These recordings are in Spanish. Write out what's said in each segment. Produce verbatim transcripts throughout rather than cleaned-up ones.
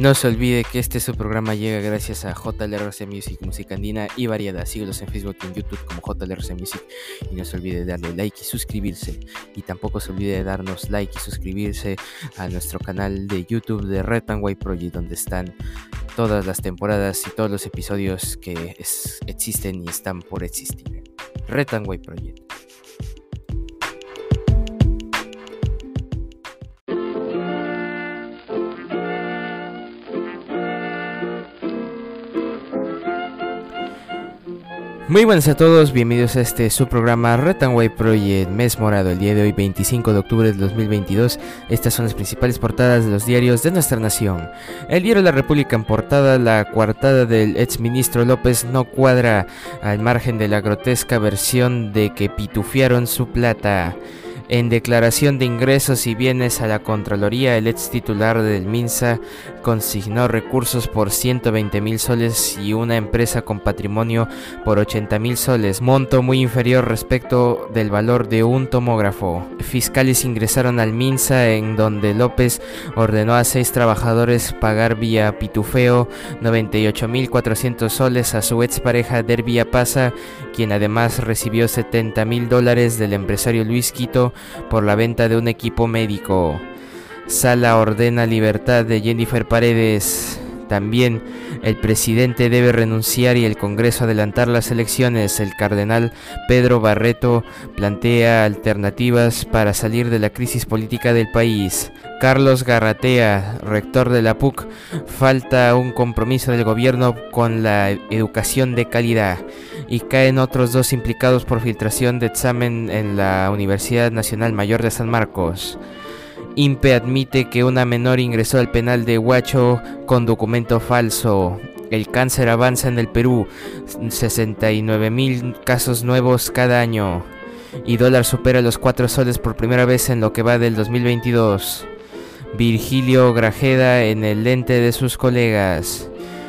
No se olvide que este su programa llega gracias a J L R C Music, música andina y variada. Síguelos en Facebook y en YouTube como J L R C Music. Y no se olvide de darle like y suscribirse. Y tampoco se olvide de darnos like y suscribirse a nuestro canal de YouTube de Red and White Project, donde están todas las temporadas y todos los episodios que es, existen y están por existir. Red and White Project. Muy buenas a todos, bienvenidos a este su programa Red and White Project, mes morado, el día de hoy veinticinco de octubre del dos mil veintidós. Estas son las principales portadas de los diarios de nuestra nación. El diario La República en portada: la coartada del exministro López no cuadra, al margen de la grotesca versión de que pitufiaron su plata. En declaración de ingresos y bienes a la Contraloría, el ex titular del MINSA consignó recursos por ciento veinte mil soles y una empresa con patrimonio por ochenta mil soles, monto muy inferior respecto del valor de un tomógrafo. Fiscales ingresaron al MINSA, en donde López ordenó a seis trabajadores pagar vía pitufeo noventa y ocho mil cuatrocientos soles a su expareja Dervia Pasa, quien además recibió setenta mil dólares del empresario Luis Quito por la venta de un equipo médico. Sala ordena libertad de Jennifer Paredes. También el presidente debe renunciar y el Congreso adelantar las elecciones. El cardenal Pedro Barreto plantea alternativas para salir de la crisis política del país. Carlos Garratea, rector de la P U C, falta un compromiso del gobierno con la educación de calidad. Y caen otros dos implicados por filtración de examen en la Universidad Nacional Mayor de San Marcos. I N P E admite que una menor ingresó al penal de Huacho con documento falso. El cáncer avanza en el Perú, sesenta y nueve mil casos nuevos cada año. Y dólar supera los cuatro soles por primera vez en lo que va del dos mil veintidós. Virgilio Grajeda en el lente de sus colegas.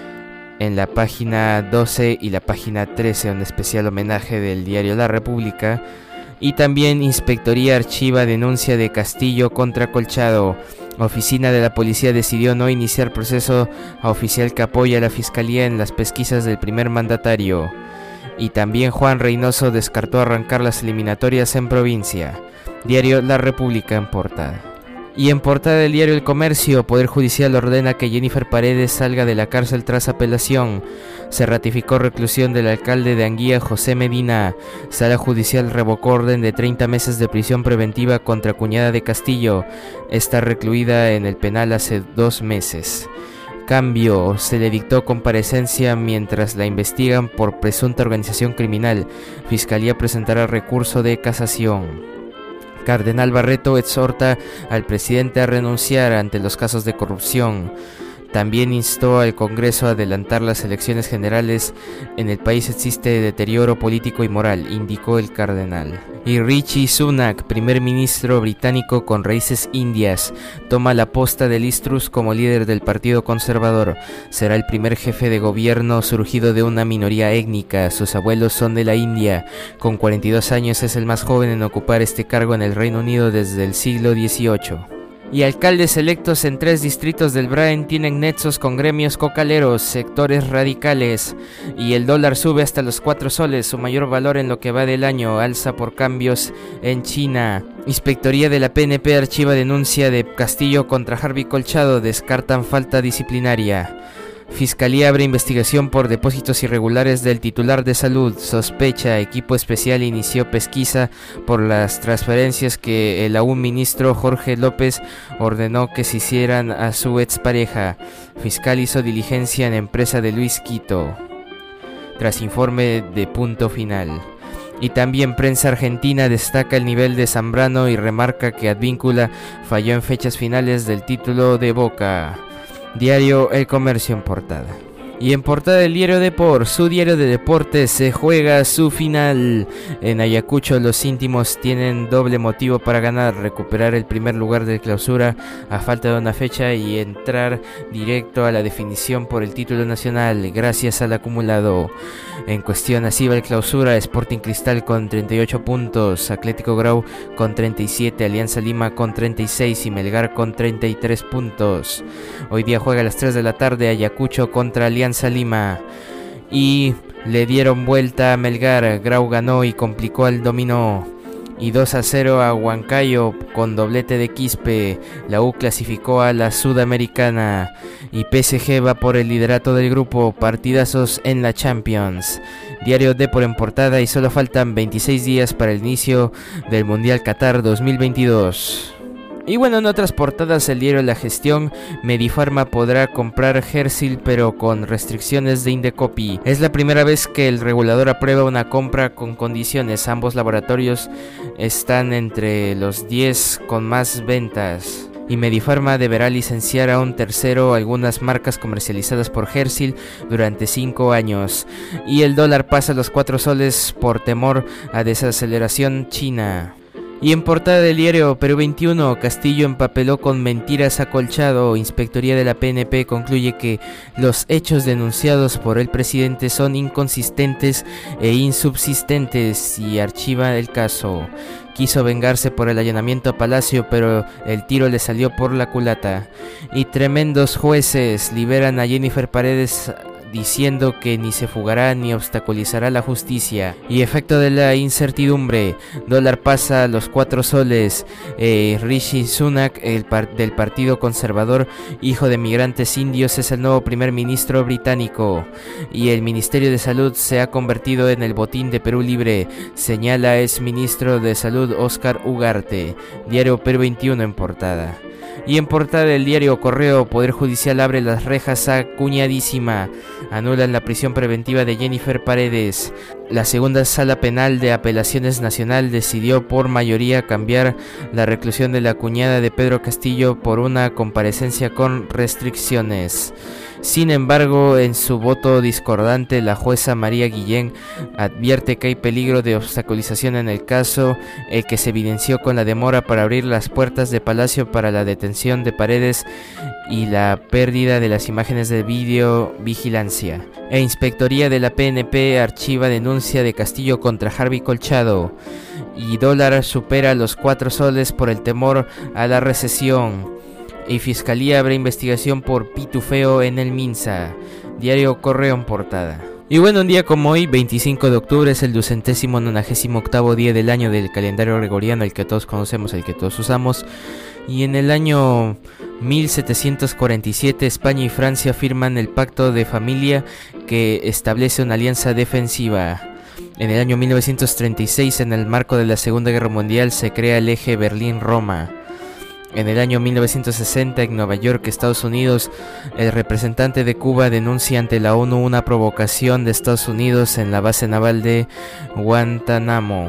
En la página doce y la página trece, un especial homenaje del diario La República. Y también Inspectoría archiva denuncia de Castillo contra Colchado. Oficina de la Policía decidió no iniciar proceso a oficial que apoya a la Fiscalía en las pesquisas del primer mandatario. Y también Juan Reynoso descartó arrancar las eliminatorias en provincia. Diario La República en portada. Y en portada del diario El Comercio: Poder Judicial ordena que Jennifer Paredes salga de la cárcel tras apelación. Se ratificó reclusión del alcalde de Anguía, José Medina. Sala Judicial revocó orden de treinta meses de prisión preventiva contra cuñada de Castillo. Está recluida en el penal hace dos meses. Cambio: se le dictó comparecencia mientras la investigan por presunta organización criminal. Fiscalía presentará recurso de casación. Cardenal Barreto exhorta al presidente a renunciar ante los casos de corrupción. También instó al Congreso a adelantar las elecciones generales. En el país existe deterioro político y moral, indicó el cardenal. Y Rishi Sunak, primer ministro británico con raíces indias, toma la posta de Liz Truss como líder del Partido Conservador. Será el primer jefe de gobierno surgido de una minoría étnica. Sus abuelos son de la India. Con cuarenta y dos años es el más joven en ocupar este cargo en el Reino Unido desde el siglo dieciocho. Y alcaldes electos en tres distritos del Brain tienen nexos con gremios cocaleros, sectores radicales. Y el dólar sube hasta los cuatro soles, su mayor valor en lo que va del año, alza por cambios en China. Inspectoría de la P N P archiva denuncia de Castillo contra Harvey Colchado, descartan falta disciplinaria. Fiscalía abre investigación por depósitos irregulares del titular de salud. Sospecha, equipo especial inició pesquisa por las transferencias que el aún ministro Jorge López ordenó que se hicieran a su expareja. Fiscal hizo diligencia en empresa de Luis Quito, tras informe de Punto Final. Y también prensa argentina destaca el nivel de Zambrano y remarca que Advíncula falló en fechas finales del título de Boca. Diario El Comercio en portada. Y en portada del diario Depor, su diario de deportes, se juega su final. En Ayacucho los íntimos tienen doble motivo para ganar, recuperar el primer lugar de clausura a falta de una fecha y entrar directo a la definición por el título nacional gracias al acumulado. En cuestión así va el clausura: Sporting Cristal con treinta y ocho puntos, Atlético Grau con treinta y siete, Alianza Lima con treinta y seis y Melgar con treinta y tres puntos. Hoy día juega a las tres de la tarde Ayacucho contra Alianza Lima y le dieron vuelta a Melgar. Grau ganó y complicó al dominó. Y dos a cero a Huancayo con doblete de Quispe. La U clasificó a la Sudamericana y P S G va por el liderato del grupo. Partidazos en la Champions. Diario Depor en portada y solo faltan veintiséis días para el inicio del Mundial Qatar dos mil veintidós. Y bueno, en otras portadas, el diario La Gestión: Medifarma podrá comprar Hersil pero con restricciones de Indecopi. Es la primera vez que el regulador aprueba una compra con condiciones. Ambos laboratorios están entre los diez con más ventas. Y Medifarma deberá licenciar a un tercero algunas marcas comercializadas por Hersil durante cinco años. Y el dólar pasa los cuatro soles por temor a desaceleración china. Y en portada del diario Perú veintiuno, Castillo empapeló con mentiras a Colchado. Inspectoría de la P N P concluye que los hechos denunciados por el presidente son inconsistentes e insubsistentes y archiva el caso. Quiso vengarse por el allanamiento a Palacio, pero el tiro le salió por la culata. Y tremendos jueces liberan a Jennifer Paredes diciendo que ni se fugará ni obstaculizará la justicia. Y efecto de la incertidumbre, dólar pasa a los cuatro soles. eh, Rishi Sunak, el par del Partido Conservador, hijo de migrantes indios, es el nuevo primer ministro británico. Y el Ministerio de Salud se ha convertido en el botín de Perú Libre, señala ex ministro de Salud Óscar Ugarte. Diario Perú veintiuno en portada. Y en portada del diario Correo, Poder Judicial abre las rejas a Cuñadísima. Anulan la prisión preventiva de Jennifer Paredes. La segunda sala penal de apelaciones nacional decidió por mayoría cambiar la reclusión de la cuñada de Pedro Castillo por una comparecencia con restricciones. Sin embargo, en su voto discordante, la jueza María Guillén advierte que hay peligro de obstaculización en el caso, el que se evidenció con la demora para abrir las puertas de Palacio para la detención de Paredes y la pérdida de las imágenes de videovigilancia. E Inspectoría de la P N P archiva denuncia de Castillo contra Harvey Colchado. Y dólar supera los cuatro soles por el temor a la recesión. Y Fiscalía abre investigación por pitufeo en el Minsa. Diario Correo en portada. Y bueno, un día como hoy, veinticinco de octubre, es el ducentésimo nonagésimo octavo día del año del calendario gregoriano, el que todos conocemos, el que todos usamos. Y en el año mil setecientos cuarenta y siete, España y Francia firman el Pacto de Familia, que establece una alianza defensiva. En el año mil novecientos treinta y seis, en el marco de la Segunda Guerra Mundial, se crea el eje Berlín-Roma. En el año mil novecientos sesenta, en Nueva York, Estados Unidos, el representante de Cuba denuncia ante la ONU una provocación de Estados Unidos en la base naval de Guantánamo.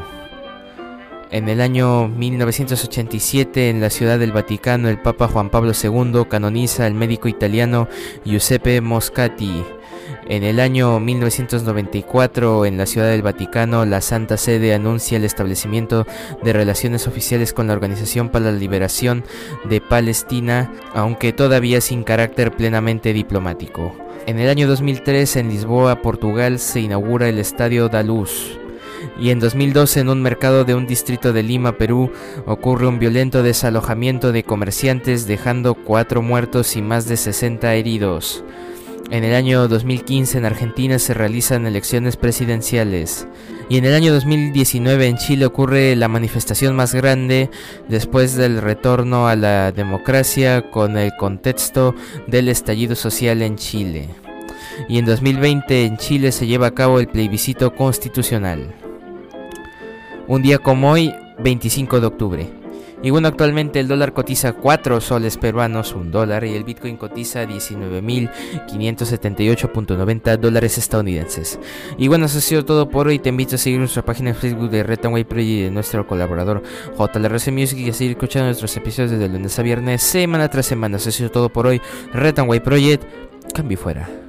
En el año mil novecientos ochenta y siete, en la Ciudad del Vaticano, el Papa Juan Pablo segundo canoniza al médico italiano Giuseppe Moscati. En el año mil novecientos noventa y cuatro, en la Ciudad del Vaticano, la Santa Sede anuncia el establecimiento de relaciones oficiales con la Organización para la Liberación de Palestina, aunque todavía sin carácter plenamente diplomático. En el año dos mil tres, en Lisboa, Portugal, se inaugura el Estadio da Luz. Y en dos mil doce, en un mercado de un distrito de Lima, Perú, ocurre un violento desalojamiento de comerciantes, dejando cuatro muertos y más de sesenta heridos. En el año dos mil quince, en Argentina, se realizan elecciones presidenciales. Y en el año dos mil diecinueve, en Chile, ocurre la manifestación más grande después del retorno a la democracia, con el contexto del estallido social en Chile. Y en dos mil veinte, en Chile, se lleva a cabo el plebiscito constitucional. Un día como hoy, veinticinco de octubre. Y bueno, actualmente el dólar cotiza cuatro soles peruanos, un dólar, y el Bitcoin cotiza diecinueve mil quinientos setenta y ocho punto noventa dólares estadounidenses. Y bueno, eso ha sido todo por hoy. Te invito a seguir nuestra página en Facebook de Retanway Project y de nuestro colaborador J L R C Music, y a seguir escuchando nuestros episodios desde lunes a viernes, semana tras semana. Eso ha sido todo por hoy. Retanway Project, cambio fuera.